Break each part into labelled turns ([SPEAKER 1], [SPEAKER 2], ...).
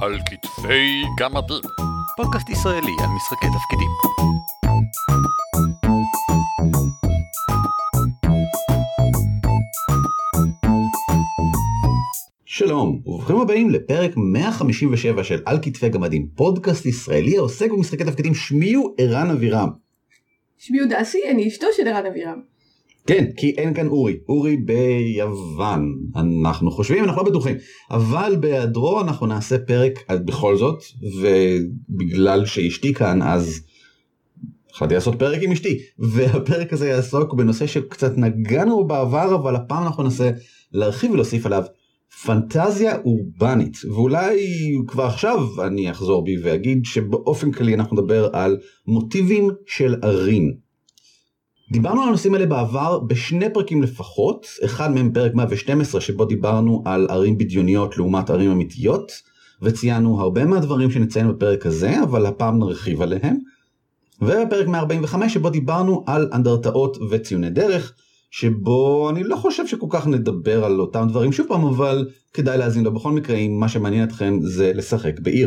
[SPEAKER 1] על כתפי גמדים.
[SPEAKER 2] פודקאסט ישראלי על משחקי תפקידים. שלום, וברוכים הבאים לפרק 157 של על כתפי גמדים, פודקאסט ישראלי העוסק במשחקי תפקידים. שמי הוא ערן אבירם.
[SPEAKER 3] שמי הוא דסי, אני אשתו של ערן אבירם.
[SPEAKER 2] כן, כי אין כאן אורי ביוון, אנחנו חושבים, אנחנו לא בטוחים, אבל בהיעדרו אנחנו נעשה פרק בכל זאת, ובגלל שאשתי כאן אז החלטתי לעשות פרק עם אשתי, והפרק הזה יעסוק בנושא שקצת נגענו בעבר, אבל הפעם אנחנו ננסה להרחיב ולהוסיף עליו פנטזיה אורבנית, ואולי כבר עכשיו אני אחזור בי ואגיד שבאופן כללי אנחנו נדבר על מוטיבים של ערים. דיברנו על הנושאים האלה בעבר בשני פרקים לפחות, אחד מהם פרק 112 שבו דיברנו על ערים בדיוניות לעומת ערים אמיתיות, וציינו הרבה מהדברים שנציין בפרק הזה, אבל הפעם נרחיב עליהם, ובפרק 145 שבו דיברנו על אנדרטאות וציוני דרך, שבו אני לא חושב שכל כך נדבר על אותם דברים שוב פעם, אבל כדאי להאזין לו בכל מקרה, אם מה שמעניין אתכם זה לשחק בעיר.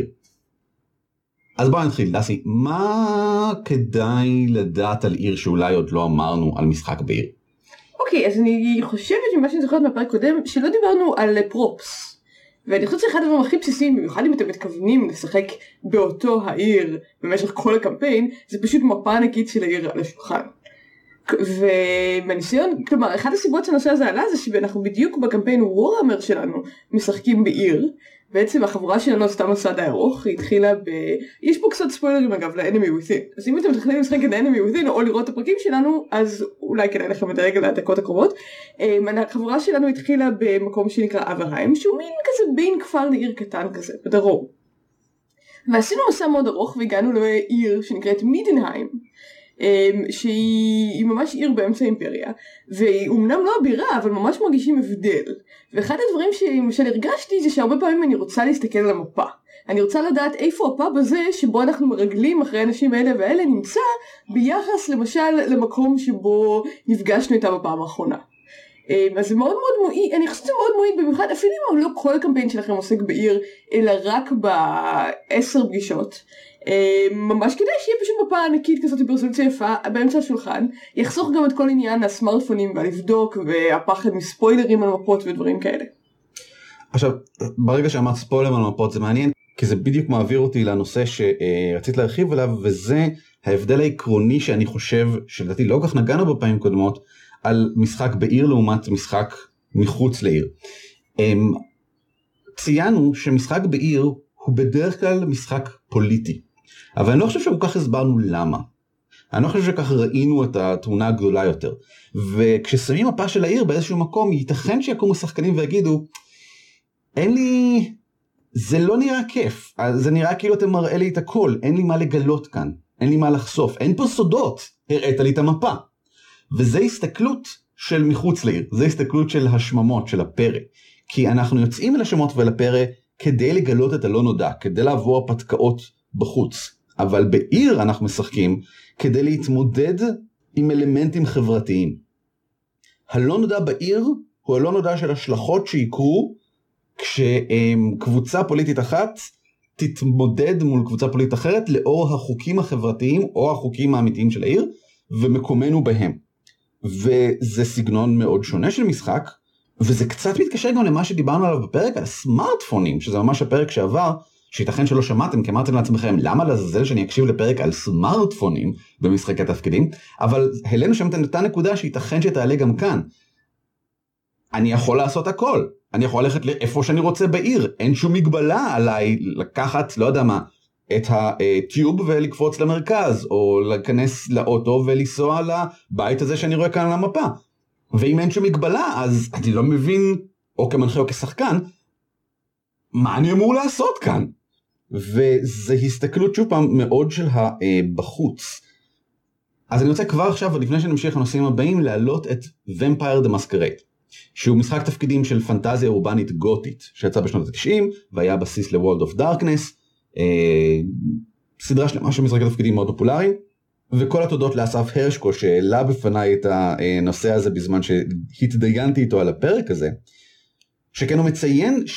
[SPEAKER 2] אז בואו נתחיל, דסי, מה כדאי לדעת על עיר שאולי עוד לא אמרנו על משחק בעיר?
[SPEAKER 3] אוקיי, אז אני חושבת ממה שאני זוכרת מהפרק קודם, שלא דיברנו על פרופס. ואני חושבת שאחד הדברים הכי בסיסיים, במיוחד אם אתם מתכוונים לשחק באותו העיר במשך כל הקמפיין, זה פשוט מפה ענקית של העיר על השולחן. ומניסיון, כלומר, אחת הסיבות שהנושא הזה עלה זה שאנחנו בדיוק בקמפיין וורהמר שלנו משחקים בעיר. בעצם החבורה שלנו עשתה מסע הארוך, היא התחילה יש פה קצת ספוילרים אגב ל-Enemy Within. אז אם אתם מתחילים לשחק את ה-Enemy Within או לראות את הפרקים שלנו, אז אולי כדאי לכם לדרג על הדקות הקרובות. החבורה שלנו התחילה במקום שנקרא אברהם, שהוא מין כזה בין כפר לעיר קטן כזה, בדרום. ועשינו מסע מאוד ארוך והגענו לעיר שנקראת מידנהיים. שהיא ממש עיר באמצע האימפריה, והיא אומנם לא הבירה, אבל ממש מרגישים הבדל. ואחד הדברים שלמשל הרגשתי זה שהרבה פעמים אני רוצה להסתכל על המפה. אני רוצה לדעת איפה הפאב הזה שבו אנחנו מרגלים אחרי אנשים האלה והאלה נמצא ביחס למשל למקום שבו נפגשנו איתה בפעם האחרונה. אז זה מאוד מאוד מועיל, אני חושבת שזה מאוד מועיל במיוחד, אפילו אם לא כל הקמפיין שלכם עוסק בעיר, אלא רק ב10 פגישות. ממש כדאי שיהיה פשוט מפה ענקית כזאת ברזולוציה יפה באמצע השולחן, יחסוך גם את כל עניין הסמארטפונים והלבדוק והפחד מספוילרים על מפות ודברים כאלה.
[SPEAKER 2] עכשיו, ברגע שאמרת ספוילרים על מפות זה מעניין, כי זה בדיוק מעביר אותי לנושא שרצית להרחיב עליו, וזה ההבדל העקרוני שאני חושב, שלדעתי לא כך נגענו בפעמים קודמות, על משחק בעיר לעומת משחק מחוץ לעיר. ציינו שמשחק בעיר הוא בדרך כלל משחק פוליטי. אבל אני לא חושב שכל כך הסברנו למה. אני לא חושב שכך ראינו את התמונה הגדולה יותר. וכששמים מפה של העיר באיזשהו מקום, ייתכן שיקומו שחקנים ויגידו, זה לא נראה כיף. זה נראה כאילו אתם מראה לי את הכל. אין לי מה לגלות כאן. אין לי מה לחשוף. אין פה סודות. הראית לי את המפה. וזה הסתכלות של מחוץ לעיר. זה הסתכלות של השממות, של הפרא. כי אנחנו יוצאים אל השמות ואל הפרא כדי לגלות את הלא נודע, כדי לעבור הפתקאות בחוץ. אבל בעיר אנחנו משחקים כדי להתמודד עם אלמנטים חברתיים. הלא נודע בעיר הוא הלא נודע של השלכות שיקרו כשקבוצה פוליטית אחת תתמודד מול קבוצה פוליטית אחרת לאור החוקים החברתיים או החוקים האמיתיים של העיר ומקומנו בהם. וזה סגנון מאוד שונה של משחק, וזה קצת מתקשר גם למה שדיברנו עליו בפרק על הסמארטפונים, שזה ממש הפרק שעבר, שייתכן שלא שמעתם, כי אמרתם לעצמכם, למה לזלזל שאני אקשיב לפרק על סמארטפונים במשחקי תפקידים, אבל העלינו שם את אותה נקודה שייתכן שתעלה גם כאן. אני יכול לעשות הכל, אני יכול ללכת לאיפה שאני רוצה בעיר, אין שום מגבלה עליי לקחת, לא יודע מה, את הטיוב ולקפוץ למרכז, או להיכנס לאוטו ולנסוע לבית הזה שאני רואה כאן על המפה. ואם אין שום מגבלה, אז אני לא מבין, או כמנחה או כשחקן, מה אני אמור לעשות כאן? וזה הסתכלות שוב פעם מאוד של בחוץ. אז אני רוצה כבר עכשיו, לפני שנמשיך לנושאים הבאים, להעלות את Vampire the Masquerade, שהוא משחק תפקידים של פנטזיה אורבנית גותית, שיצא בשנות ה-90, והיה בסיס ל-World of Darkness, סדרה שלמה של משחקי תפקידים מאוד פופולריים, וכל התודות לאסף הרשקו שהעלה בפניי את הנושא הזה בזמן שהתדיינתי איתו על הפרק הזה, שכן הוא מציין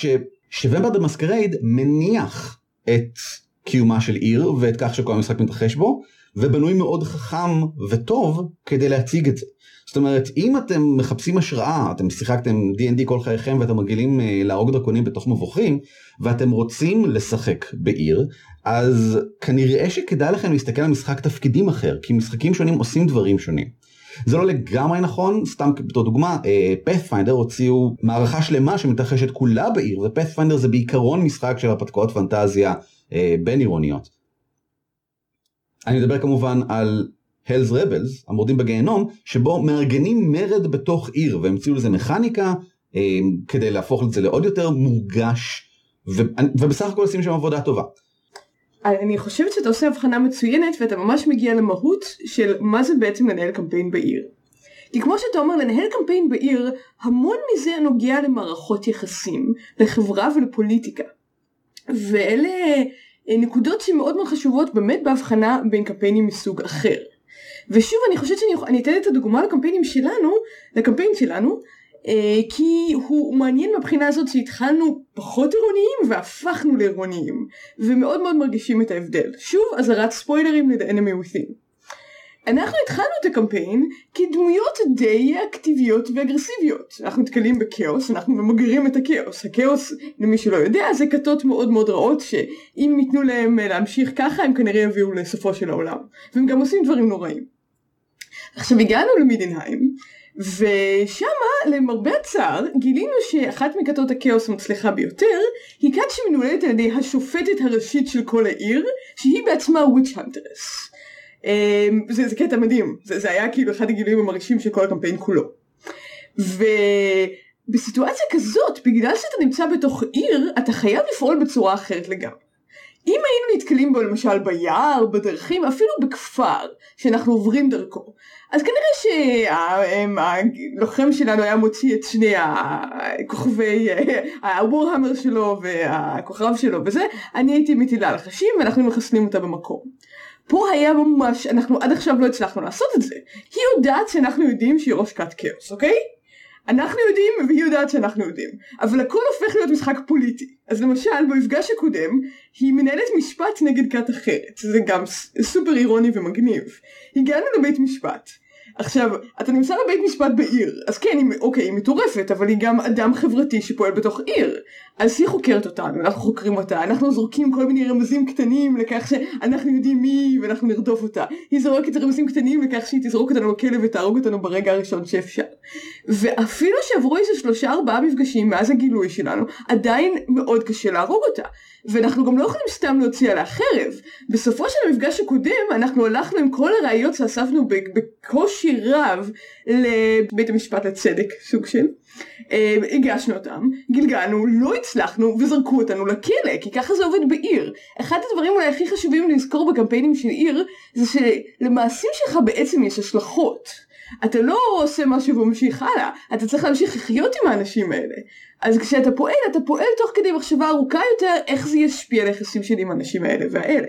[SPEAKER 2] שוומבר דה מסקרייד מניח את קיומה של עיר ואת כך שכל המשחק מתרחש בו, ובנוי מאוד חכם וטוב כדי להציג את זה. זאת אומרת, אם אתם מחפשים השראה, אתם שיחקתם D&D כל חייכם ואתם רגילים להרוג דרקונים בתוך מבוכים, ואתם רוצים לשחק בעיר, אז כנראה שכדאי לכם להסתכל על משחק תפקידים אחר, כי משחקים שונים עושים דברים שונים. זה לא לגמרי נכון, סתם בתור דוגמה, Pathfinder הוציאו מערכה שלמה שמתרחשת כולה בעיר, ו-Pathfinder זה בעיקרון משחק של הרפתקאות פנטזיה בין עירוניות. אני מדבר כמובן על Hell's Rebels, המורדים בגיהנום, שבו מארגנים מרד בתוך עיר, והמציאו לזה מכניקה, כדי להפוך את זה לעוד יותר מורגש, ובסך הכל עושים שם עבודה טובה.
[SPEAKER 3] אני חושבת שאתה עושה הבחנה מצוינת, ואתה ממש מגיע למהות של מה זה בעצם לנהל קמפיין בעיר. כי כמו שאתה אומר, לנהל קמפיין בעיר, המון מזה נוגע למערכות יחסים, לחברה ולפוליטיקה. ואלה נקודות שמאוד מאוד חשובות באמת בהבחנה בין קמפיינים מסוג אחר. ושוב, אני חושבת שאני אתן את הדוגמה לקמפיין שלנו, כי הוא מעניין מבחינה הזאת שהתחלנו פחות עירוניים והפכנו לעירוניים, ומאוד מאוד מרגישים את ההבדל. שוב, אזהרת ספוילרים ל-The Enemy Within. אנחנו התחלנו את הקמפיין כדמויות די אקטיביות ואגרסיביות. אנחנו נתקלים בקאוס, אנחנו ממגרים את הקאוס. הקאוס, למי שלא יודע, זה כתות מאוד מאוד רעות, שאם ניתנו להם להמשיך ככה, הם כנראה יביאו לסופו של העולם. והם גם עושים דברים נוראים. עכשיו הגענו למידנהיים, ושמה, למרבה הצער, גילינו שאחת מכתות הקאוס מצליחה ביותר, היא כת שמנוהלת על ידי השופטת הראשית של כל העיר, שהיא בעצמה וויץ' הנטרס. זה קטע מדהים, זה היה כאילו אחד הגילויים המרגישים של כל הקמפיין כולו. ובסיטואציה כזאת, בגלל שאתה נמצא בתוך עיר, אתה חייב לפעול בצורה אחרת לגמרי. אם היינו נתקלים בו למשל ביער, בדרכים, אפילו בכפר שאנחנו עוברים דרכו, אז כנראה שהלוחם שלנו היה מוציא את שני הכוכבי, הוורהמר שלו והכוכב שלו וזה, אני הייתי מטילה לחשים ואנחנו מחסלים אותה במקום. פה היה ממש, אנחנו עד עכשיו לא הצלחנו לעשות את זה. היא יודעת שאנחנו יודעים שהיא ראש כת כאוס, אוקיי? אנחנו יודעים והיא יודעת שאנחנו יודעים. אבל הכל הופך להיות משחק פוליטי. אז למשל, במפגש הקודם, היא מנהלת משפט נגד כת אחרת. זה גם סופר אירוני ומגניב. הגענו לבית משפט. עכשיו, אתה נמצא בבית משפט בעיר, אז כן, היא מטורפת, אבל היא גם אדם חברתי שפועל בתוך עיר. אז היא חוקרת אותנו, אנחנו חוקרים אותה, אנחנו זורקים כל מיני רמזים קטנים לכך שאנחנו יודעים מי ואנחנו נרדוף אותה. היא זורקת רמזים קטנים לכך שהיא תזרוק אותנו בכלב ותהרוג אותנו ברגע הראשון שאפשר. ואפילו שעברו איזה 3-4 מפגשים מאז הגילוי שלנו, עדיין מאוד קשה להרוג אותה. ואנחנו גם לא יכולים סתם להוציא עליה חרב. בסופו של המפגש הקודם, אנחנו הלכנו עם כל הראיות שאספנו בקושי רב לבית המשפט לצדק, סוג של. הגשנו אותם, גלגלנו, לא הצלחנו וזרקו אותנו לכלא, כי ככה זה עובד בעיר. אחד הדברים אולי הכי חשובים לזכור בקמפיינים של עיר, זה שלמעשים שלך בעצם יש השלכות. אתה לא עושה משהו וממשיך הלאה, אתה צריך להמשיך לחיות עם האנשים האלה. אז כשאתה פועל, אתה פועל תוך כדי מחשבה ארוכה יותר, איך זה ישפיע על היחסים שלי עם האנשים האלה והאלה.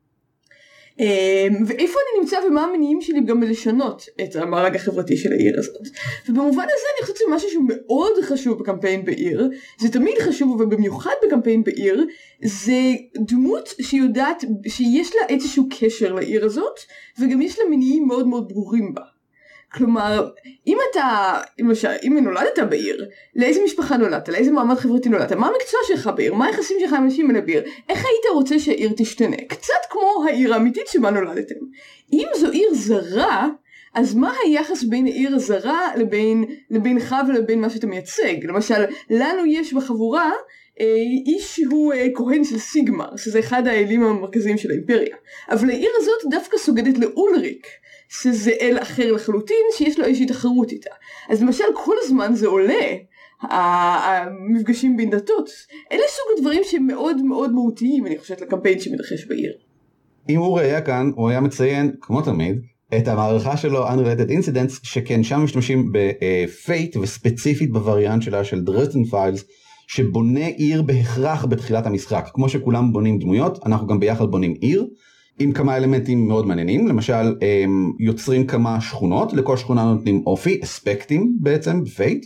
[SPEAKER 3] ואיפה אני נמצא ומה המניעים שלי גם לשנות את המארג החברתי של העיר הזאת. ובמובן הזה אני חושבת שמשהו שהוא מאוד חשוב בקמפיין בעיר, זה תמיד חשוב ובמיוחד בקמפיין בעיר, זה דמות שיודעת שיש לה איזשהו קשר לעיר הזאת, וגם יש לה מניעים מאוד מאוד ברורים בה. כלומר, אם נולדת בעיר, לאיזה משפחה נולדת, לאיזה מעמד חברתי נולדת, מה המקצוע שלך בעיר, מה היחסים שלך עם אנשים אלה בעיר, איך היית רוצה שהעיר תשתנה? קצת כמו העיר האמיתית שבה נולדתם. אם זו עיר זרה, אז מה היחס בין העיר הזרה לבינך ולבין מה שאתה מייצג? למשל, לנו יש בחבורה איש שהוא כהן של סיגמר, שזה אחד האלים המרכזיים של האימפריה. אבל העיר הזאת דווקא סוגדת לאולריק, שזה אל אחר לחלוטין שיש לו איזושהי תחרות איתה. אז למשל כל הזמן זה עולה, המפגשים בין דתות. אלה סוג הדברים שמאוד מאוד מהותיים, אני חושבת, לקמפיין שמתרחש בעיר.
[SPEAKER 2] אם הוא היה כאן, הוא היה מציין, כמו תמיד, את המערכה שלו Unrelated Incidents, שכן שם משתמשים בפייט וספציפית בווריאנט שלה של דרזדן פיילס, שבונה עיר בהכרח בתחילת המשחק. כמו שכולם בונים דמויות, אנחנו גם ביחד בונים עיר, עם כמה אלמנטים מאוד מעניינים, למשל יוצרים כמה שכונות, לכל שכונה נותנים אופי, אספקטים בעצם, בפייט,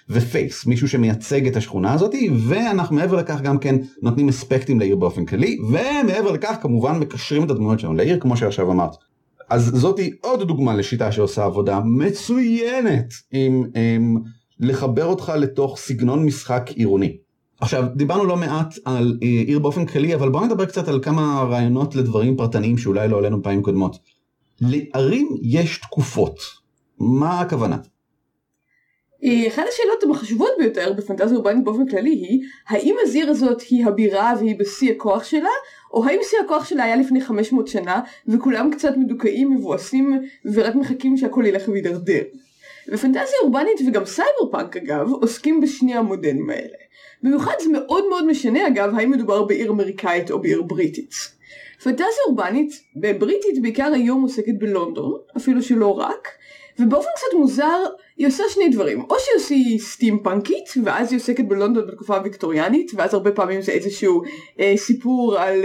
[SPEAKER 2] ופייס, מישהו שמייצג את השכונה הזאת, ואנחנו מעבר לכך גם כן נותנים אספקטים לעיר באופן כללי, ומעבר לכך כמובן מקשרים את הדמויות שלנו לעיר, כמו שעכשיו אמרת. אז זאת היא עוד דוגמה לשיטה שעושה עבודה מצוינת עם לחבר אותך לתוך סגנון משחק עירוני. עכשיו, דיברנו לא מעט על עיר באופן כללי, אבל בואו נדבר קצת על כמה רעיונות לדברים פרטניים שאולי לא עלינו פעמים קודמות. לערים יש תקופות. מה הכוונה?
[SPEAKER 3] אחת השאלות החשובות ביותר בפנטזיה אורבנית באופן כללי היא, האם העיר הזאת היא הבירה והיא בשיא הכוח שלה, או האם שיא הכוח שלה היה לפני 500 שנה, וכולם קצת מדוכאים, מבואסים, ורק מחכים שהכל ילך וידרדר. ופנטזיה אורבנית וגם סייבר פאנק אגב, עוסקים בשני המודלים האלה. במיוחד זה מאוד מאוד משנה אגב, האם מדובר בעיר אמריקאית או בעיר בריטית. פנטזיה אורבנית בבריטית בעיקר היום עוסקת בלונדון, אפילו שלא רק, ובאופן קצת מוזר היא עושה שני דברים, או שהיא עושה סטימפאנקית, ואז היא עוסקת בלונדון בתקופה הוויקטוריאנית, ואז הרבה פעמים זה איזשהו סיפור על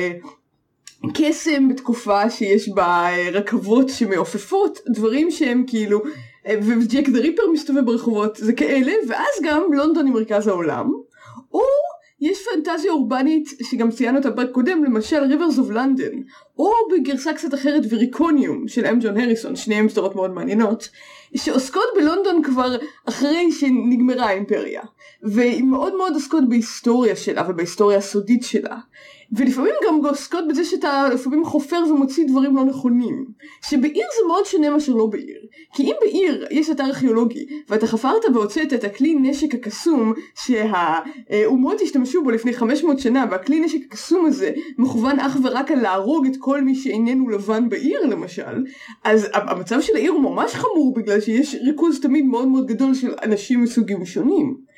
[SPEAKER 3] קסם בתקופה שיש בה רכבות שמעופפות, דברים שהם כאילו, וג'ק דה ריפר מסתובב ברחובות, זה כאלה, ואז גם לונדון היא מרכז העולם, או יש פנטזיה אורבנית שגם ציינו אותה בפרק קודם, למשל ריברס אוף לונדון, או בגרסה קצת אחרת וריקוניום של אם ג'ון הריסון, שניהם סדרות מאוד מעניינות, שעוסקות בלונדון כבר אחרי שנגמרה האימפריה, והיא מאוד מאוד עוסקות בהיסטוריה שלה ובהיסטוריה הסודית שלה, ולפעמים גם עוסקות בזה שאתה לפעמים חופר ומוציא דברים לא נכונים, שבעיר זה מאוד שונה מאשר לא בעיר, כי אם בעיר יש אתר ארכיאולוגי ואתה חפרת והוצאת את הכלי נשק הקסום שהאומות השתמשו בו לפני 500 שנה, והכלי נשק הקסום הזה מכוון אך ורק על להרוג את כל מי שאיננו לבן בעיר למשל, אז המצב של העיר הוא ממש חמור בגלל שיש ריכוז תמיד מאוד מאוד גדול של אנשים מסוגים שונים.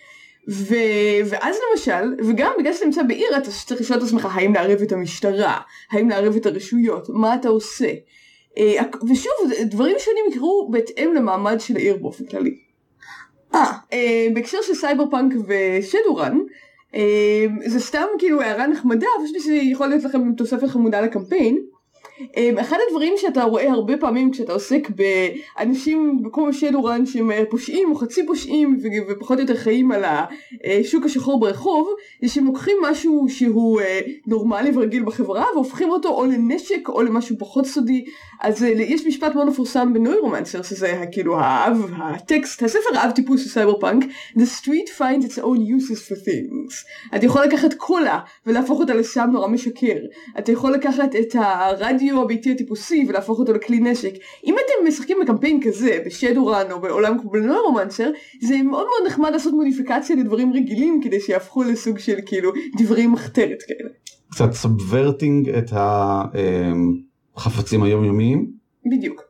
[SPEAKER 3] ואז למשל, וגם בגלל שאתה נמצא בעיר אתה צריך לשאול את עצמך האם לערב את המשטרה, האם לערב את הרשויות, מה אתה עושה, ושוב דברים שונים יקרו בהתאם למעמד של העיר באופן כללי. בהקשר של סייבר פאנק ושדורן, זה סתם כאילו הערה נחמדה, פשוט שזה יכול להיות לכם תוספת חמודה לקמפיין. אחד הדברים שאתה רואה הרבה פעמים כשאתה עוסק באנשים כמו שדורן שהם פושעים או חצי פושעים ופחות או יותר חיים על השוק השחור ברחוב, זה שהם לוקחים משהו שהוא נורמלי ורגיל בחברה והופכים אותו או לנשק או למשהו פחות סודי. אז יש משפט מאוד מפורסם בנוירומנסר, שזה כאילו הטקסט, הספר האב טיפוס של סייבר פאנק, The street finds its own uses for things. אתה יכול לקחת קולה ולהפוך אותה לסם נורא משקר, אתה יכול לקחת את הרדיו הביתי הטיפוסי ולהפוך אותו לכלי נשק. אם אתם משחקים בקמפיין כזה בשדורן או בעולם כמו בנוירומנסר, זה מאוד מאוד נחמד לעשות מודיפיקציה לדברים רגילים כדי שיהפכו לסוג של כאילו דברי מחתרת כאלה.
[SPEAKER 2] קצת סאבוורטינג את החפצים היומיומיים.
[SPEAKER 3] בדיוק.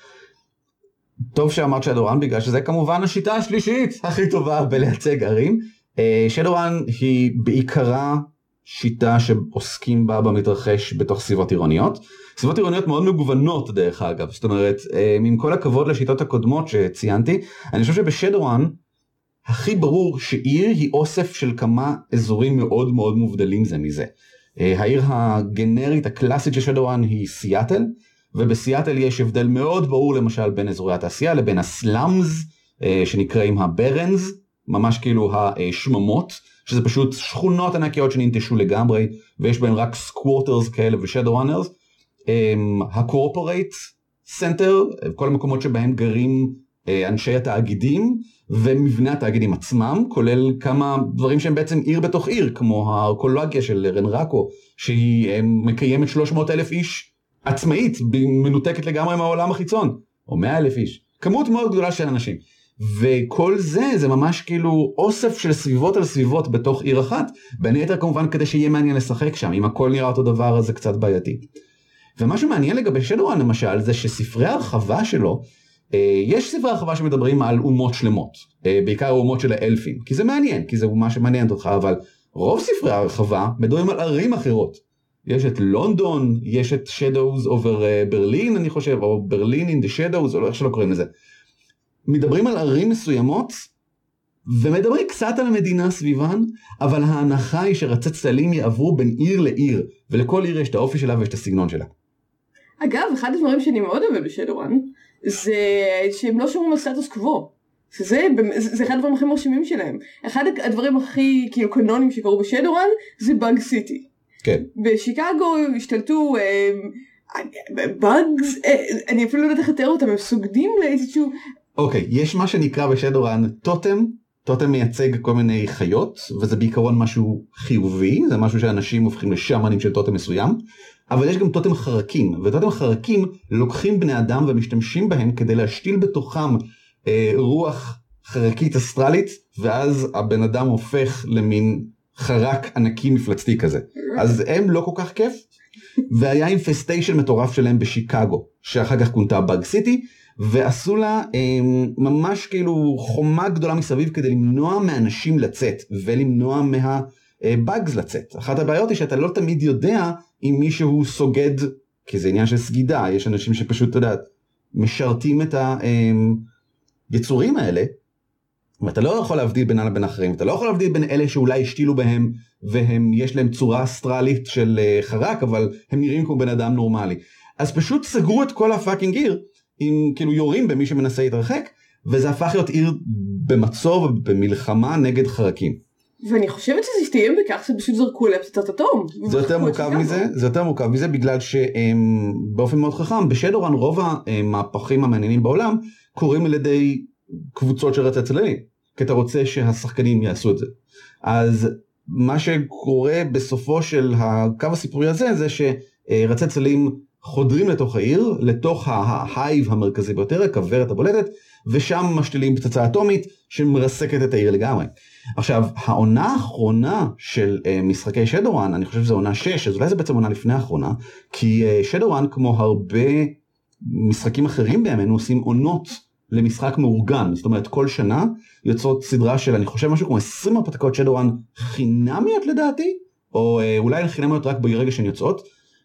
[SPEAKER 2] טוב שאמרת שדורן, בגלל שזה כמובן השיטה השלישית הכי טובה בלייצג ערים. שדורן היא בעיקרה שיטה שעוסקים בה במתרחש בתוך סביבות עירוניות. סביבות עירוניות מאוד מגוונות דרך אגב, זאת אומרת, עם כל הכבוד לשיטות הקודמות שציינתי, אני חושב שבשדורן הכי ברור שעיר היא אוסף של כמה אזורים מאוד מאוד מובדלים זה מזה. העיר הגנרית הקלאסית של שדורן היא סיאטל, ובסיאטל יש הבדל מאוד ברור למשל בין אזורי התעשייה לבין הסלאמס שנקראים הברנס, ממש כאילו השממות, שזה פשוט שכונות ענקיות שננטשו לגמרי, ויש בהן רק סקוורטרס כאלה ושדורנרס. הקורפורייט סנטר, כל המקומות שבהם גרים אנשי התאגידים, ומבנה התאגידים עצמם, כולל כמה דברים שהם בעצם עיר בתוך עיר, כמו האקולוגיה של רנרקו, שהיא מקיימת 300,000 איש עצמאית, מנותקת לגמרי מהעולם החיצון, או 100,000 איש. כמות מאוד גדולה של אנשים. וכל זה ממש כאילו אוסף של סביבות על סביבות בתוך עיר אחת, בין היתר כמובן כדי שיהיה מעניין לשחק שם, אם הכל נראה אותו דבר אז זה קצת בעייתי. ומה שמעניין לגבי שדורן למשל, זה שספרי הרחבה שלו, יש ספרי הרחבה שמדברים על אומות שלמות, בעיקר אומות של האלפים, כי זה מעניין, כי זה מה שמעניין אותך, אבל רוב ספרי הרחבה מדברים על ערים אחרות. יש את לונדון, יש את Shadows over ברלין אני חושב, או ברלין in the Shadows, או איך שלא קוראים לזה. מדברים על ערים מסוימות, ומדברים קצת על המדינה סביבן, אבל ההנחה היא שרצי צללים יעברו בין עיר לעיר, ולכל עיר יש את האופי שלה ויש את הסגנון שלה.
[SPEAKER 3] אגב, אחד הדברים שאני מאוד אוהב בשדורן, זה שהם לא שומרים על סטטוס קוו. זה אחד הדברים הכי מרשימים שלהם. אחד הדברים הכי כאילו קנונים שקרו בשדורן זה באג סיטי.
[SPEAKER 2] כן.
[SPEAKER 3] בשיקגו השתלטו באגס, אני אפילו לא יודעת איך לתאר אותם, הם סוגדים לאיזשהו...
[SPEAKER 2] אוקיי, יש מה שנקרא בשדורן טוטם. טוטם מייצג כל מיני חיות, וזה בעיקרון משהו חיובי, זה משהו שאנשים הופכים לשמנים של טוטם מסוים, אבל יש גם טוטם חרקים, וטוטם חרקים לוקחים בני אדם ומשתמשים בהם כדי להשתיל בתוכם רוח חרקית אסטרלית, ואז הבן אדם הופך למין חרק ענקי מפלצתי כזה. אז הם לא כל כך כיף, והיה אינפסטיישן מטורף שלהם בשיקגו, שאחר כך כונתה באג סיטי, ועשו לה ממש כאילו חומה גדולה מסביב כדי למנוע מאנשים לצאת, ולמנוע מהבאגס לצאת. אחת הבעיות היא שאתה לא תמיד יודע אם מישהו סוגד, כי זה עניין של סגידה, יש אנשים שפשוט, אתה יודע, משרתים את היצורים האלה, ואתה לא יכול להבדיל בינם לבין אחרים, אתה לא יכול להבדיל בין אלה שאולי השתילו בהם, והם יש להם צורה אסטרלית של חרק, אבל הם נראים כמו בן אדם נורמלי. אז פשוט סגרו את כל הפאקינג עיר, עם כאילו יורים במי שמנסה להתרחק, וזה הפך להיות עיר במצור ובמלחמה נגד חרקים.
[SPEAKER 3] ואני חושבת שזה הסתיים בכך שפשוט זרקו עליה פצצת אטום.
[SPEAKER 2] זה יותר מורכב מזה, בגלל שבאופן מאוד חכם, בשדורן רוב המהפכים המעניינים בעולם, קורים על ידי קבוצות של רצי צללים, כי אתה רוצה שהשחקנים יעשו את זה. אז מה שקורה בסופו של הקו הסיפורי הזה, זה שרצי צללים חודרים לתוך העיר, לתוך ההייב המרכזי ביותר, הכוורת הבולטת, ושם משתילים פצצה אטומית שמרסקת את העיר לגמרי. עכשיו, העונה האחרונה של משחקי שדורן, אני חושב שזו עונה 6, אז אולי זה בעצם עונה לפני האחרונה, כי שדורן, כמו הרבה משחקים אחרים בימינו, עושים עונות למשחק מאורגן. זאת אומרת, כל שנה יוצאות סדרה של, אני חושב, משהו כמו 20 הרפתקאות שדורן חינמיות לדעתי, או אולי חינמיות רק ברגע שהן יוצאות,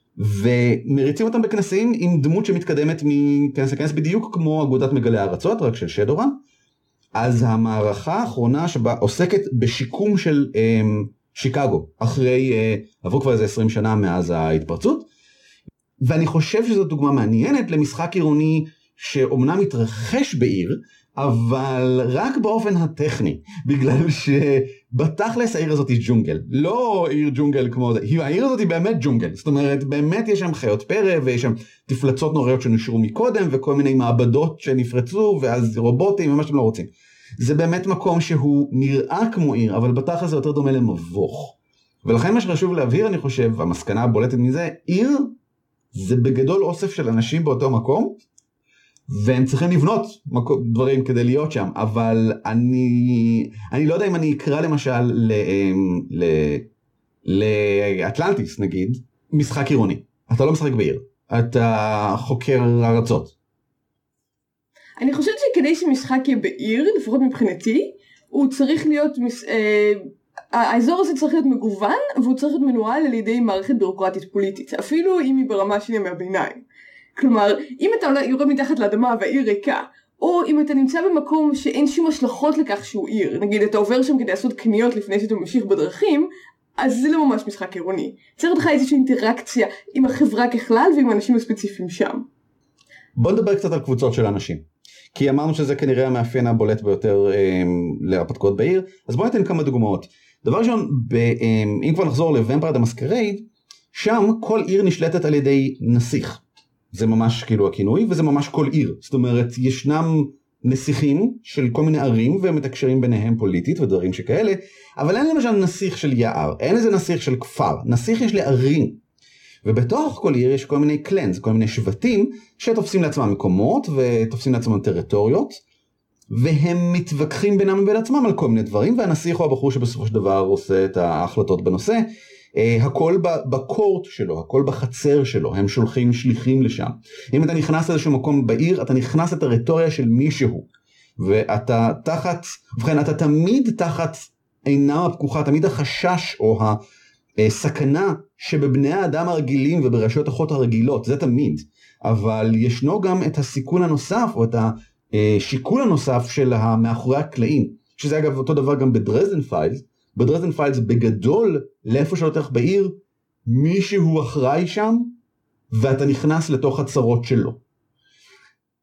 [SPEAKER 2] ומריצים אותם בכנסים עם דמות שמתקדמת מכנס לכנס בדיוק כמו אגודת מגלי הארצות, רק של שדורן. אז המערכה האחרונה שבה עוסקת בשיקום של שיקגו, אחרי, עברו כבר איזה 20 שנה מאז ההתפרצות, ואני חושב שזו דוגמה מעניינת למשחק עירוני שאומנם מתרחש בעיר, אבל רק באופן הטכני, בגלל שבתכלס העיר הזאת היא ג'ונגל, לא עיר ג'ונגל כמו זה, העיר הזאת היא באמת ג'ונגל, זאת אומרת באמת יש שם חיות פרא ויש שם תפלצות נוראיות שנשארו מקודם וכל מיני מעבדות שנפרצו ואז רובוטים ומה שאתם לא רוצים. זה באמת מקום שהוא נראה כמו עיר, אבל בתכלס זה יותר דומה למבוך. ולכן מה שחשוב להבהיר, אני חושב, המסקנה הבולטת מזה, עיר זה בגדול אוסף של אנשים באותו מקום, והם צריכים לבנות דברים כדי להיות שם, אבל אני לא יודע אם אני אקרא למשל לאטלנטיס נגיד, משחק עירוני. אתה לא משחק בעיר, אתה חוקר ארצות.
[SPEAKER 3] אני חושבת שכדי שמשחק יהיה בעיר, לפחות מבחינתי, הוא צריך להיות, האזור הזה צריך להיות מגוון, והוא צריך להיות מנוהל על ידי מערכת בירוקרטית פוליטית, אפילו אם היא ברמה של ימי הביניים. כלומר, אם אתה יורד מתחת לאדמה והעיר ריקה, או אם אתה נמצא במקום שאין שום השלכות לכך שהוא עיר, נגיד אתה עובר שם כדי לעשות קניות לפני שאתה ממשיך בדרכים, אז זה לא ממש משחק עירוני. צריך לך איזושהי אינטראקציה עם החברה ככלל ועם האנשים הספציפיים שם.
[SPEAKER 2] בוא נדבר קצת על קבוצות של אנשים. כי אמרנו שזה כנראה המאפיין הבולט ביותר להרפתקאות בעיר, אז בוא ניתן כמה דוגמאות. דבר ראשון, אם כבר נחזור לוומפייר דה מסקרייד, שם כל עיר נשלטת על ידי נסיך. זה ממש כאילו הכינוי, וזה ממש כל עיר. זאת אומרת, ישנם נסיכים של כל מיני ערים, והם מתקשרים ביניהם פוליטית ודברים שכאלה, אבל אין למשל נסיך של יער, אין איזה נסיך של כפר, נסיך יש לערים. ובתוך כל עיר יש כל מיני קלנס, כל מיני שבטים, שתופסים לעצמם מקומות, ותופסים לעצמם טריטוריות, והם מתווכחים בינם ובין עצמם על כל מיני דברים, והנסיך הוא הבחור שבסופו של דבר עושה את ההחלטות בנושא, הכל בקורט שלו, הכל בחצר שלו, הם שולחים שליחים לשם. אם אתה נכנס לאיזשהו מקום בעיר, אתה נכנס לטריטוריה של מישהו, ואתה תחת, ובכן, אתה תמיד תחת עינם הפקוחה, תמיד החשש או הסכנה שבבני האדם הרגילים וברשויות החוק הרגילות, זה תמיד. אבל ישנו גם את הסיכון הנוסף, או את השיקול הנוסף של מאחורי הקלעים, שזה אגב אותו דבר גם בדרזדן פיילס, בדרזדן פיילס בגדול, לאיפה שלא בעיר, מישהו אחראי שם, ואתה נכנס לתוך הצרות שלו.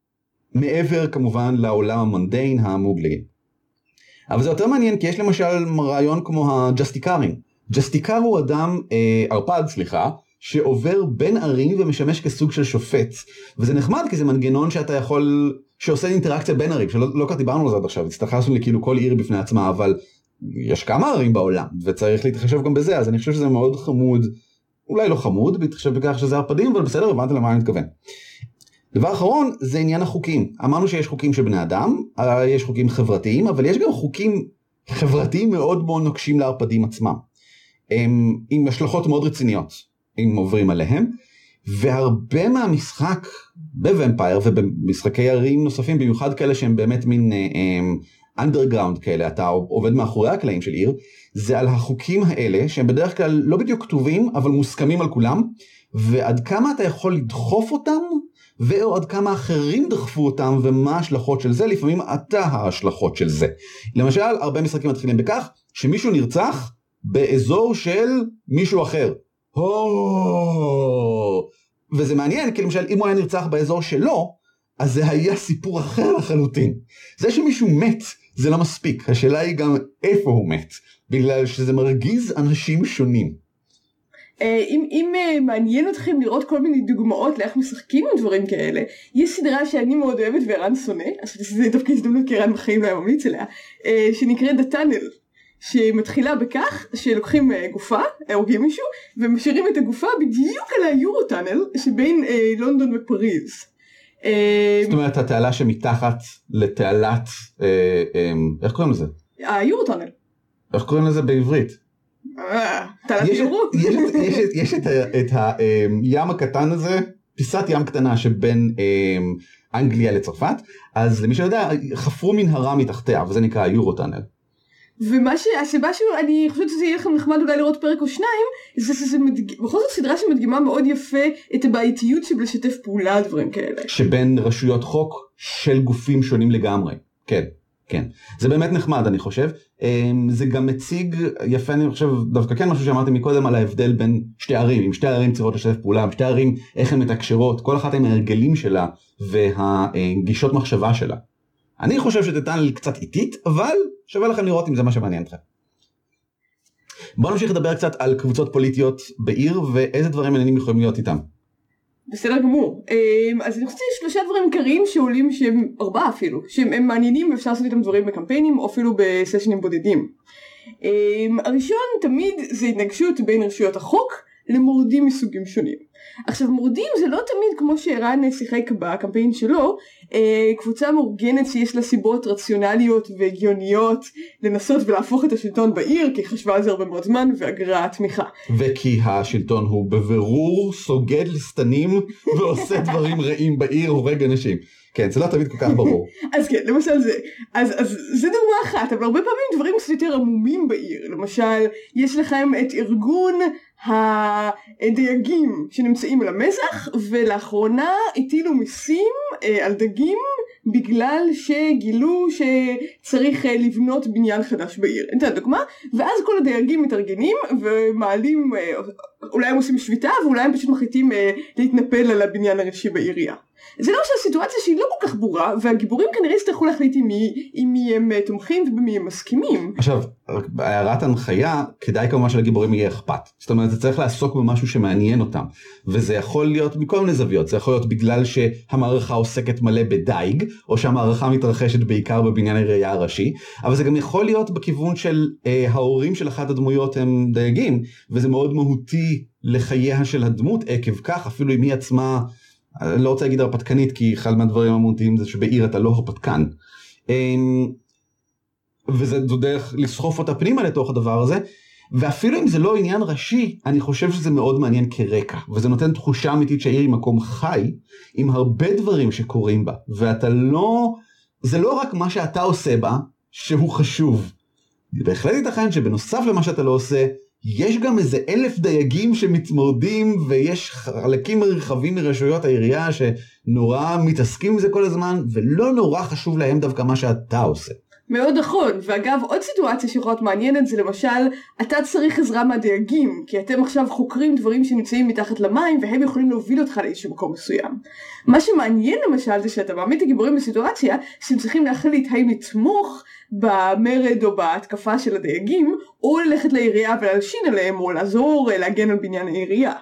[SPEAKER 2] מעבר כמובן לעולם המונדיין המוגלגי. אבל זה יותר מעניין כי יש למשל רעיון כמו הג'סטיקרים. ג'סטיקר הוא אדם, ערפד סליחה, שעובר בין ערים ומשמש כסוג של שופט. וזה נחמד כי זה מנגנון שאתה יכול, שעושה אינטראקציה בין ערים, שלא כך דיברנו על זה עד עכשיו, הצטרכנו לי כאילו כל עיר בפני עצמה, אבל יש כמה ערים בעולם, וצריך להתחשב גם בזה, אז אני חושב שזה מאוד חמוד, אולי לא חמוד, בהתחשב בכך שזה ערפדים, אבל בסדר, הבנתי למה אני מתכוון. דבר אחרון, זה עניין החוקים. אמרנו שיש חוקים של בני אדם, יש חוקים חברתיים, אבל יש גם חוקים חברתיים מאוד מאוד נוקשים לערפדים עצמם. עם השלכות מאוד רציניות, אם עוברים עליהם, והרבה מהמשחק בוומפייר ובמשחקי ערים נוספים, במיוחד כאלה שהם באמת מין אנדרגראונד כאלה, אתה עובד מאחורי הקלעים של עיר, זה על החוקים האלה, שהם בדרך כלל לא בדיוק כתובים, אבל מוסכמים על כולם, ועד כמה אתה יכול לדחוף אותם, או עד כמה אחרים דחפו אותם, ומה ההשלכות של זה, לפעמים אתה ההשלכות של זה. למשל, הרבה משחקים מתחילים בכך, שמישהו נרצח באזור של מישהו אחר. וזה מעניין, כי למשל, אם הוא היה נרצח באזור שלו, אז זה היה סיפור אחר לחלוטין. זה שמישהו מת, זה לא מספיק. השאלה היא גם איפה הוא מת, בגלל שזה מרגיז אנשים שונים.
[SPEAKER 3] אם מעניין אתכם לראות כל מיני דוגמאות לאיך משחקים עם דברים כאלה, יש סדרה שאני מאוד אוהבת וערן שונא, אז זה דווקא הזדמנות כי ערן בחיים לא היה ממליץ עליה, שנקראת The Tunnel, שמתחילה בכך שלוקחים גופה, הורגים מישהו, ומשאירים את הגופה בדיוק על היורו-טאנל שבין לונדון ופריז.
[SPEAKER 2] זאת אומרת, התעלה שמתחת לתעלת, איך קוראים לזה?
[SPEAKER 3] היורו-טאנל.
[SPEAKER 2] איך קוראים לזה בעברית?
[SPEAKER 3] תעלת יורו?
[SPEAKER 2] יש את הים הקטן הזה, פיסת ים קטנה שבין אנגליה לצרפת, אז למי שיודע, חפרו מנהרה מתחתיה, וזה נקרא היורו-טאנל.
[SPEAKER 3] והסיבה שאני חושבת שזה יהיה לכם נחמד אולי לראות פרק או שניים, זה בכל זאת סדרה שמדגימה מאוד יפה את הבעייתיות שבלשתף פעולה על דברים כאלה.
[SPEAKER 2] שבין רשויות חוק של גופים שונים לגמרי. כן, כן. זה באמת נחמד אני חושב. זה גם מציג יפה, אני חושב דווקא כן משהו שאמרתי מקודם על ההבדל בין שתי ערים. אם שתי ערים צריכות לשתף פעולה, שתי ערים איך הן מתקשרות, כל אחת עם ההרגלים שלה והגישות מחשבה שלה. אני חושב שתתן לי קצת איטית, אבל שווה לכם לראות אם זה מה שמעניין אתכם. בואו נמשיך לדבר קצת על קבוצות פוליטיות בעיר, ואיזה דברים מעניינים יכולים להיות איתם.
[SPEAKER 3] בסדר גמור. אז אני חושבת שיש 3 דברים עיקריים שעולים, שהם 4 אפילו, שהם מעניינים ואפשר לעשות איתם דברים בקמפיינים, או אפילו בסשנים בודדים. הראשון תמיד זה התנגשות בין רשויות החוק למורדים מסוגים שונים. עכשיו מורדים זה לא תמיד כמו שערן שיחק בקמפיין שלו, קבוצה מאורגנת שיש לה סיבות רציונליות והגיוניות לנסות ולהפוך את השלטון בעיר, כי חשבה על זה הרבה מאוד זמן והגרה תמיכה.
[SPEAKER 2] וכי השלטון הוא בבירור סוגד לסתנים ועושה דברים רעים בעיר, הורג אנשים. כן, זה לא תמיד כל כך ברור.
[SPEAKER 3] אז כן, למשל זה. אז זה דוגמה אחת, אבל הרבה פעמים דברים קצת יותר עמומים בעיר. למשל, יש לכם את ארגון הדייגים שנמצאים על המזח, ולאחרונה הטילו מיסים על דגים בגלל שגילו שצריך לבנות בניין חדש בעיר. אין את הדוגמה, ואז כל הדייגים מתארגנים ומעלים, אולי הם עושים שביתה, ואולי הם פשוט מחליטים להתנפל על הבניין הראשי בעירייה. זה לא שהסיטואציה שהיא לא כל כך ברורה, והגיבורים כנראה יצטרכו להחליט עם מי הם תומכים ובמי הם מסכימים.
[SPEAKER 2] עכשיו, הערת הנחיה, כדאי כמובן שלגיבורים יהיה אכפת. זאת אומרת, זה צריך לעסוק במשהו שמעניין אותם. וזה יכול להיות מכל מיני זוויות. זה יכול להיות בגלל שהמערכה עוסקת מלא בדייג, או שהמערכה מתרחשת בעיקר בבניין העירייה הראשי. אבל זה גם יכול להיות בכיוון של ההורים של אחת הדמויות הם דייגים, וזה מאוד מהותי לחייה של הדמות עקב כך, אפילו אם היא עצמה, לא רוצה להגיד הרפתקנית, כי אחד מהדברים המהותיים זה שבעיר אתה לא הרפתקן. וזו דרך לסחוף אותה פנימה לתוך הדבר הזה, ואפילו אם זה לא עניין ראשי, אני חושב שזה מאוד מעניין כרקע, וזה נותן תחושה אמיתית שהעיר היא מקום חי, עם הרבה דברים שקורים בה, ואתה לא, זה לא רק מה שאתה עושה בה, שהוא חשוב. בהחלט ייתכן שבנוסף למה שאתה לא עושה, יש גם איזה 1,000 דייגים שמתמורדים, ויש חלקים רחבים מרשויות העירייה שנורא מתעסקים עם זה כל הזמן, ולא נורא חשוב להם דווקא מה שאתה עושה.
[SPEAKER 3] מאוד נכון, ואגב עוד סיטואציה שיכולה להיות מעניינת זה למשל, אתה צריך עזרה מהדייגים, כי אתם עכשיו חוקרים דברים שנמצאים מתחת למים והם יכולים להוביל אותך לאיזשהו מקום מסוים. מה שמעניין למשל זה שאתה מעמיד את הגיבורים בסיטואציה שהם צריכים להחליט האם לתמוך במרד או בהתקפה של הדייגים, או ללכת לעירייה ולהלשין עליהם, או לעזור להגן על בניין העירייה.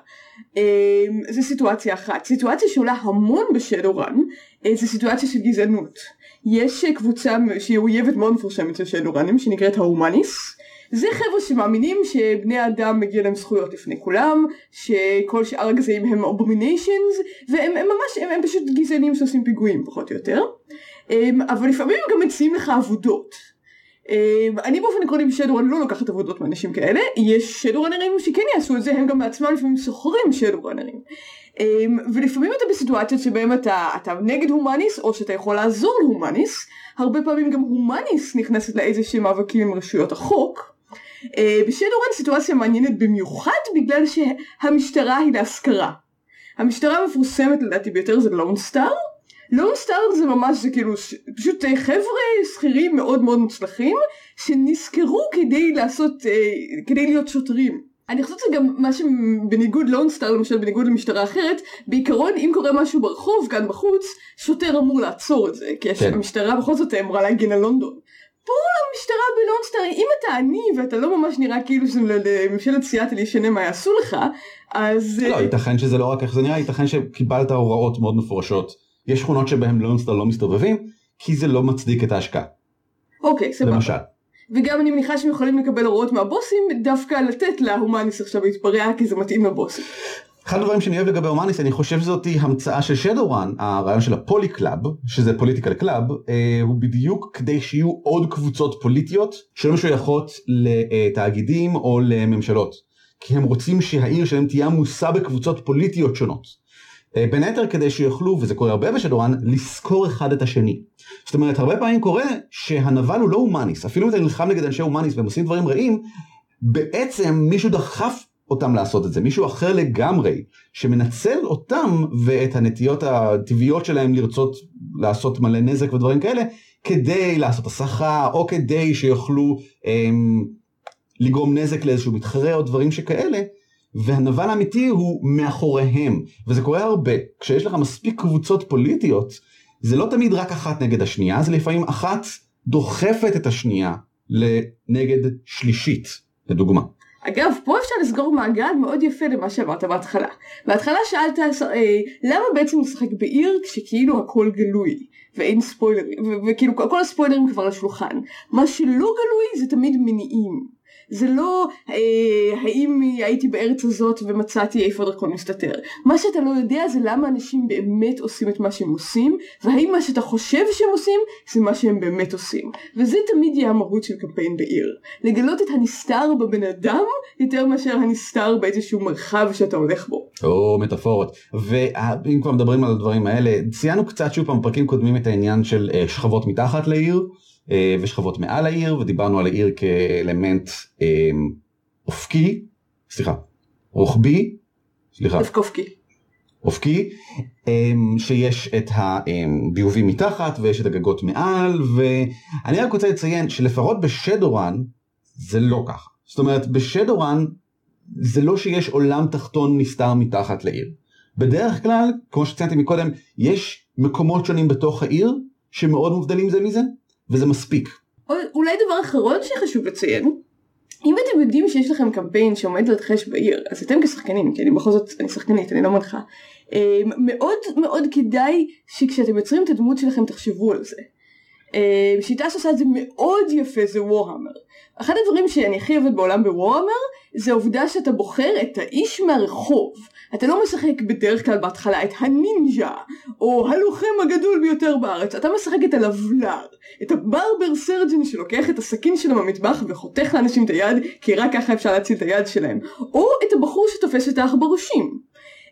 [SPEAKER 3] זו סיטואציה אחת. סיטואציה שעולה המון בשדורן, זו סיטואציה של גזענות. יש קבוצה שהיא אויבת מאוד מפורשמת של שדורנים, שנקראת ההומניס. זה חבר'ה שמאמינים שבני האדם מגיע להם זכויות לפני כולם, שכל שאר הגזעים הם abominations, והם ממש, הם פשוט גזענים שעושים פיגועים פחות או יותר. אבל לפעמים הם גם מציעים לך עבודות. אני באופן עקרוני בשדורן לא לוקחת עבודות מאנשים כאלה, יש שדורנרים שכן יעשו את זה, הם גם בעצמם לפעמים סוחרים שדורנרים. ולפעמים אתה בסיטואציות שבהם אתה נגד הומניס, או שאתה יכול לעזור להומניס, הרבה פעמים גם הומניס נכנסת לאיזשהם מאבקים עם רשויות החוק. בשדורן סיטואציה מעניינת במיוחד בגלל שהמשטרה היא להשכרה. המשטרה המפורסמת לדעתי ביותר זה לון סטאר. לון סטאר זה ממש, זה כאילו פשוט חבר'ה שכירים מאוד מאוד מוצלחים שנזכרו כדי להיות שוטרים. אני חושבת שגם מה שבניגוד לון סטאר, למשל בניגוד למשטרה אחרת, בעיקרון אם קורה משהו ברחוב כאן בחוץ, שוטר אמור לעצור את זה, כי המשטרה בכל זאת אמורה להגן על לונדון. פה המשטרה בלון סטאר, אם אתה עני ואתה לא ממש נראה כאילו לממשלת סיאטל ישנה מה יעשו לך, אז...
[SPEAKER 2] לא, ייתכן שזה לא רק איך זה נראה, ייתכן שקיבלת הוראות מאוד מפורשות. יש שכונות שבהם לון סטאר לא מסתובבים, כי זה לא מצדיק את ההשקעה.
[SPEAKER 3] אוקיי, סבבה.
[SPEAKER 2] למשל.
[SPEAKER 3] וגם אני מניחה שהם יכולים לקבל הוראות מהבוסים, דווקא לתת להומניס עכשיו להתפרע, כי זה מתאים לבוסים.
[SPEAKER 2] אחד הדברים שאני אוהב לגבי הומניס, אני חושב שזאתי המצאה של שדורן, הרעיון של הפולי קלאב, שזה פוליטיקל קלאב, הוא בדיוק כדי שיהיו עוד קבוצות פוליטיות, שלא משויכות לתאגידים או לממשלות. כי הם רוצים שהעיר שלהם תהיה עמוסה בקבוצות פוליטיות שונות. בין היתר כדי שיוכלו, וזה קורה הרבה בשדורן, לזכור אחד את השני. זאת אומרת, הרבה פעמים קורה שהנבל הוא לא הומניס, אפילו אם אתה נלחם נגד אנשי הומניס והם עושים דברים רעים, בעצם מישהו דחף אותם לעשות את זה, מישהו אחר לגמרי, שמנצל אותם ואת הנטיות הטבעיות שלהם לרצות לעשות מלא נזק ודברים כאלה, כדי לעשות הסחה, או כדי שיוכלו לגרום נזק לאיזשהו מתחרה או דברים שכאלה, והנבל האמיתי הוא מאחוריהם, וזה קורה הרבה. כשיש לך מספיק קבוצות פוליטיות, זה לא תמיד רק אחת נגד השנייה, זה לפעמים אחת דוחפת את השנייה לנגד שלישית, לדוגמה.
[SPEAKER 3] אגב, פה אפשר לסגור מעגל מאוד יפה למה שאמרת בהתחלה. בהתחלה שאלת, למה בעצם לשחק בעיר כשכאילו הכל גלוי, ואין ספוילרים, וכאילו כל הספוילרים כבר לשולחן. מה שלא גלוי זה תמיד מניעים. זה לא האם הייתי בארץ הזאת ומצאתי איפה דרקון מסתתר. מה שאתה לא יודע זה למה אנשים באמת עושים את מה שהם עושים, והאם מה שאתה חושב שהם עושים זה מה שהם באמת עושים. וזה תמיד יהיה המהות של קמפיין בעיר. לגלות את הנסתר בבן אדם יותר מאשר הנסתר באיזשהו מרחב שאתה הולך בו.
[SPEAKER 2] או מטאפורות. ואם כבר מדברים על הדברים האלה, ציינו קצת שוב פעם פרקים קודמים את העניין של שכבות מתחת לעיר, ושכבות מעל העיר, ודיברנו על העיר כאלמנט רוחבי, אופקי, שיש את הביובים מתחת, ויש את הגגות מעל, ואני רק רוצה לציין שלפחות בשדורן, זה לא ככה. זאת אומרת, בשדורן, זה לא שיש עולם תחתון נסתר מתחת לעיר. בדרך כלל, כמו שציינתי מקודם, יש מקומות שונים בתוך העיר, שמאוד מובדלים זה מזה, וזה מספיק.
[SPEAKER 3] אולי דבר אחרון שחשוב לציין, אם אתם יודעים שיש לכם קמפיין שעומד להתרחש בעיר, אז אתם כשחקנים, כי בכל זאת אני שחקנית, אני לא מנחה, מאוד מאוד כדאי שכשאתם יוצרים את הדמות שלכם תחשבו על זה. שיטה שעושה את זה מאוד יפה זה וורהמר. אחד הדברים שאני הכי אוהבת בעולם בוורהמר זה העובדה שאתה בוחר את האיש מהרחוב. אתה לא משחק בדרך כלל בהתחלה את הנינג'ה או הלוחם הגדול ביותר בארץ, אתה משחק את הלבלר, את הברבר סרג'ן שלוקח את הסכין שלו במטבח וחותך לאנשים את היד כי רק ככה אפשר להציל את היד שלהם, או את הבחור שתופס את העכברושים.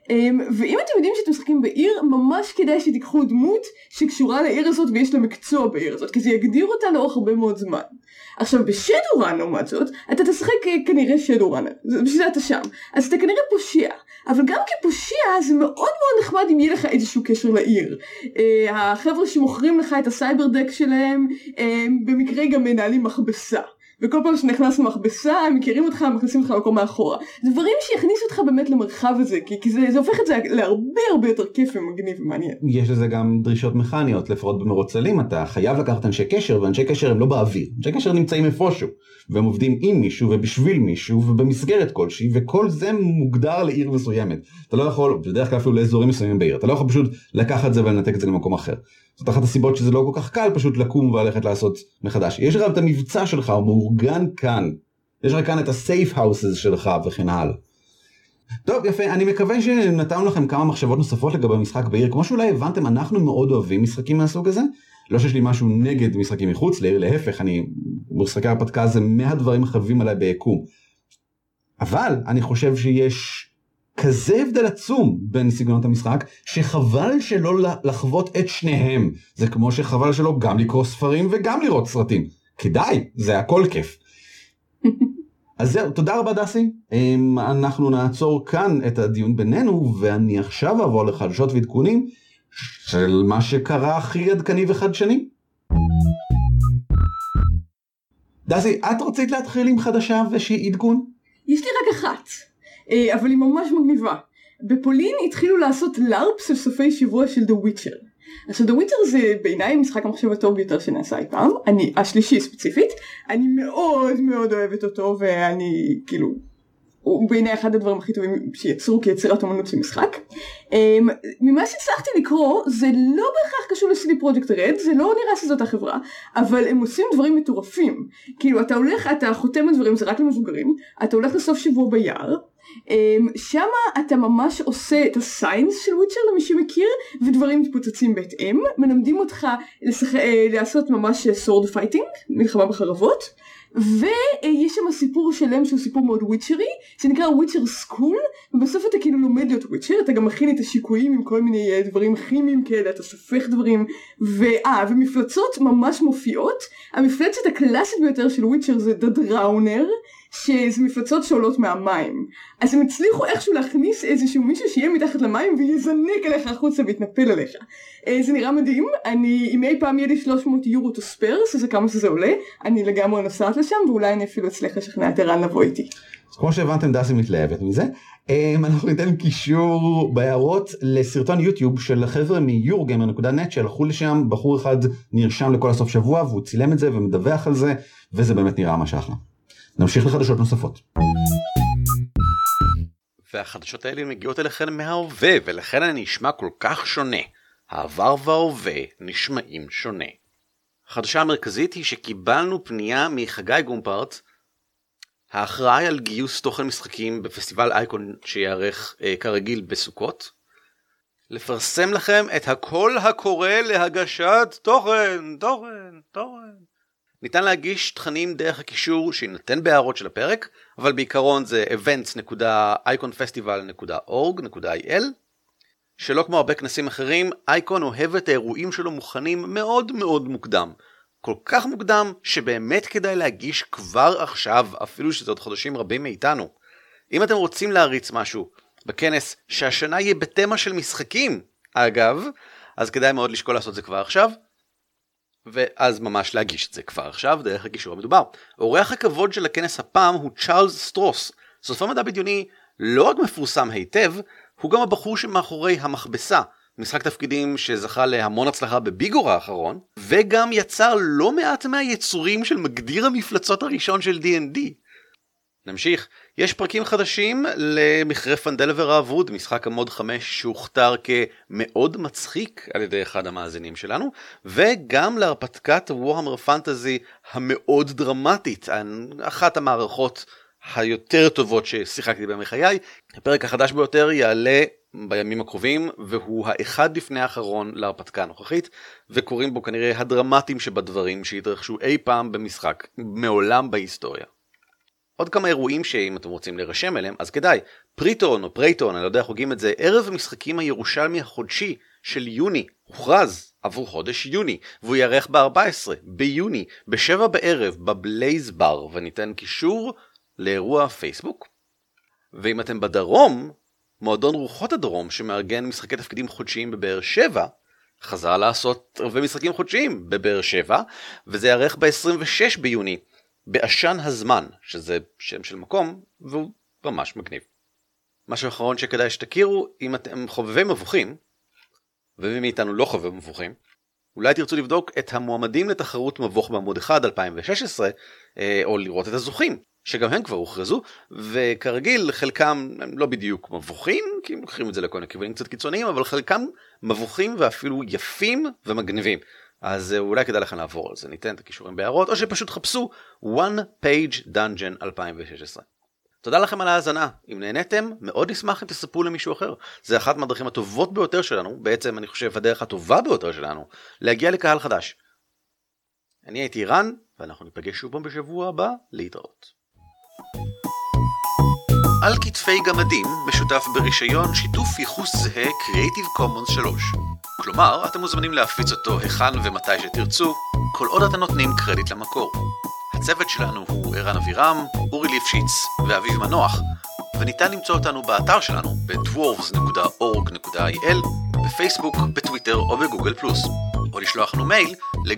[SPEAKER 3] ואם אתם יודעים שאתם משחקים בעיר, ממש כדאי שתיקחו דמות שקשורה לעיר הזאת ויש לה מקצוע בעיר הזאת, כי זה יגדיר אותה לאורך הרבה מאוד זמן. עכשיו בשדורן לעומת זאת, אתה תשחק כנראה שדורן, בשביל זה אתה שם, אז אתה כנראה פושע, אבל גם כפושע זה מאוד מאוד נחמד אם יהיה לך איזשהו קשר לעיר. החבר'ה שמוכרים לך את הסייבר דק שלהם, במקרה גם מנהלים מכבסה. וכל פעם שנכנס למכבסה, הם מכירים אותך, מכניסים אותך למקום מאחורה. דברים שיכניסו אותך באמת למרחב הזה, כי זה הופך את זה להרבה הרבה יותר כיף ומגניב ומעניין.
[SPEAKER 2] יש לזה גם דרישות מכניות, לפחות במרוץ צללים, אתה חייב לקחת אנשי קשר, ואנשי קשר הם לא באוויר. אנשי קשר נמצאים איפשהו, והם עובדים עם מישהו ובשביל מישהו ובמסגרת כלשהי, וכל זה מוגדר לעיר מסוימת. אתה לא יכול, בדרך כלל אפילו לאזורים מסוימים בעיר, אתה לא יכול פשוט לקחת את זה ולנתק את זה למקום אחר. זאת אחת הסיבות שזה לא כל כך קל פשוט לקום וללכת לעשות מחדש. יש לך את המבצע שלך, הוא מאורגן כאן. יש לך כאן את ה-safe houses שלך וכן הלאה. טוב, יפה, אני מקווה שנתנו לכם כמה מחשבות נוספות לגבי משחק בעיר. כמו שאולי הבנתם, אנחנו מאוד אוהבים משחקים מהסוג הזה. לא שיש לי משהו נגד משחקים מחוץ לעיר, להפך, משחקי הרפתקה זה מהדברים החביבים עליי ביקום. אבל אני חושב שיש כזה הבדל עצום בין סגנונות המשחק, שחבל שלא לחוות את שניהם. זה כמו שחבל שלא גם לקרוא ספרים וגם לראות סרטים. כדאי, זה הכל כיף. אז זהו, תודה רבה דסי. אנחנו נעצור כאן את הדיון בינינו, ואני עכשיו אעבור לחדשות ועדכונים של מה שקרה הכי עדכני וחדשני. דסי, את רוצית להתחיל עם חדשה ושהיא עדכון?
[SPEAKER 3] יש לי רק אחת. אבל היא ממש מגניבה. בפולין התחילו לעשות לארפ של סופי שבוע של The Witcher. עכשיו The Witcher זה בעיניי משחק המחשב הטוב ביותר שנעשה אי פעם, השלישי ספציפית, אני מאוד מאוד אוהבת אותו, ואני כאילו, הוא בעיניי אחד הדברים הכי טובים שיצרו כיצירת אומנות של משחק. ממה שהצלחתי לקרוא, זה לא בהכרח קשור ל-CD Projekt Red, זה לא נראה שזאת החברה, אבל הם עושים דברים מטורפים. כאילו אתה הולך, אתה חותם על דברים, זה רק למבוגרים, אתה הולך לסוף שבוע ביער, שמה אתה ממש עושה את הסיינס של וויצ'ר למי שמכיר, ודברים מתפוצצים בהתאם, מלמדים אותך לעשות ממש סורד פייטינג, מלחמה בחרבות, ויש שם סיפור שלם שהוא סיפור מאוד וויצ'רי, שנקרא וויצ'ר סקול, ובסוף אתה כאילו לומד להיות וויצ'ר, אתה גם מכין את השיקויים עם כל מיני דברים כימיים כאלה, אתה סופך דברים, ומפלצות ממש מופיעות. המפלצת הקלאסית ביותר של וויצ'ר זה The Drowner, שזה מפלצות שעולות מהמים. אז הם הצליחו איכשהו להכניס איזשהו מישהו שיהיה מתחת למים ויזנק עליך החוצה ויתנפל עליך. זה נראה מדהים. אם אי פעם יהיה לי 300 יורו to spare, שזה כמה שזה עולה, אני לגמרי נוסעת לשם, ואולי אני אפילו אצליח לשכנע את ערן לבוא איתי.
[SPEAKER 2] אז כמו שהבנתם, דסי מתלהבת מזה. אנחנו ניתן קישור בהערות לסרטון יוטיוב של חבר'ה מ-Eurogamer.net שהלכו לשם, בחור אחד נרשם לכל הסוף שבוע והוא צילם את זה ומדווח על זה, וזה באמת נראה ממש אחלה. נמשיך לחדשות נוספות.
[SPEAKER 1] והחדשות האלה מגיעות אליכם מההווה, ולכן אני נשמע כל כך שונה. העבר וההווה נשמעים שונה. החדשה המרכזית היא שקיבלנו פנייה מחגי גומפרט, האחראי על גיוס תוכן משחקים בפסטיבל אייקון שיערך כרגיל בסוכות, לפרסם לכם את הקול הקורא להגשת תוכן. ניתן להגיש תכנים דרך הקישור שיינתן בהערות של הפרק, אבל בעיקרון זה events.iconfestival.org.il. שלא כמו הרבה כנסים אחרים, אייקון אוהב את האירועים שלו מוכנים מאוד מאוד מוקדם. כל כך מוקדם שבאמת כדאי להגיש כבר עכשיו, אפילו שזה עוד חודשים רבים מאיתנו. אם אתם רוצים להריץ משהו בכנס שהשנה יהיה בתמה של משחקים, אגב, אז כדאי מאוד לשקול לעשות זה כבר עכשיו, ואז ממש להגיש את זה כבר עכשיו דרך הקישור המדובר. אורח הכבוד של הכנס הפעם הוא צ'ארלס סטרוס. סופר מדע בדיוני לא רק מפורסם היטב, הוא גם הבחור שמאחורי המכבסה, משחק תפקידים שזכה להמון הצלחה בביגור האחרון, וגם יצר לא מעט מהיצורים של מגדיר המפלצות הראשון של D&D. נמשיך, יש פרקים חדשים למכרה פנדלבר האבוד, משחק המוד 5 שהוכתר כמאוד מצחיק על ידי אחד המאזינים שלנו, וגם להרפתקת וורהמר פנטזי המאוד דרמטית, אחת המערכות היותר טובות ששיחקתי בהם מחיי. הפרק החדש ביותר יעלה בימים הקרובים, והוא האחד לפני האחרון להרפתקה הנוכחית, וקוראים בו כנראה הדרמטיים שבדברים שהתרחשו אי פעם במשחק, מעולם בהיסטוריה. עוד כמה אירועים שאם אתם רוצים להירשם אליהם, אז כדאי. פריטון או פרייטון, אני לא יודע איך הוגים את זה, ערב המשחקים הירושלמי החודשי של יוני, הוכרז עבור חודש יוני, והוא יארך ב-14 ביוני, ב-7 בערב, בבלייז בר, וניתן קישור לאירוע פייסבוק. ואם אתם בדרום, מועדון רוחות הדרום שמארגן משחקי תפקידים חודשיים בבאר שבע, חזר לעשות ערבי משחקים חודשיים בבאר שבע, וזה יארך ב-26 ביוני, בעשן הזמן, שזה שם של מקום, והוא ממש מגניב. משהו אחרון שכדאי שתכירו, אם אתם חובבי מבוכים, ומי מאיתנו לא חובב מבוכים, אולי תרצו לבדוק את המועמדים לתחרות מבוך בעמוד 1 2016, או לראות את הזוכים, שגם הם כבר הוכרזו, וכרגיל חלקם הם לא בדיוק מבוכים, כי הם לוקחים את זה לכל הכיוונים קצת קיצוניים, אבל חלקם מבוכים ואפילו יפים ומגניבים. אז אולי כדאי לכם לעבור על זה, ניתן את הכישורים בהערות, או שפשוט חפשו One Page Dungeon 2016. תודה לכם על ההאזנה, אם נהניתם, מאוד נשמח אם תספרו למישהו אחר. זה אחת מהדרכים הטובות ביותר שלנו, בעצם אני חושב הדרך הטובה ביותר שלנו, להגיע לקהל חדש. אני הייתי רן, ואנחנו ניפגש שוב בשבוע הבא, להתראות. על כתפי גמדים משותף ברישיון שיתוף ייחוס זהה Creative Commons 3. כלומר, אתם מוזמנים להפיץ אותו היכן ומתי שתרצו, כל עוד אתם נותנים קרדיט למקור. הצוות שלנו הוא ערן אבירם, אורי ליפשיץ ואביב מנוח, וניתן למצוא אותנו באתר שלנו ב-dwarves.org.il, בפייסבוק, בטוויטר או בגוגל פלוס, או לשלוח לנו מייל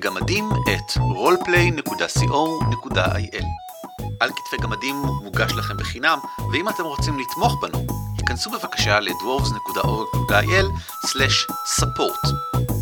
[SPEAKER 1] לגמדים@roleplay.co.il. על כתפי גמדים מוגש לכם בחינם, ואם אתם רוצים לתמוך בנו, היכנסו בבקשה ל-dwarves.org.il/support.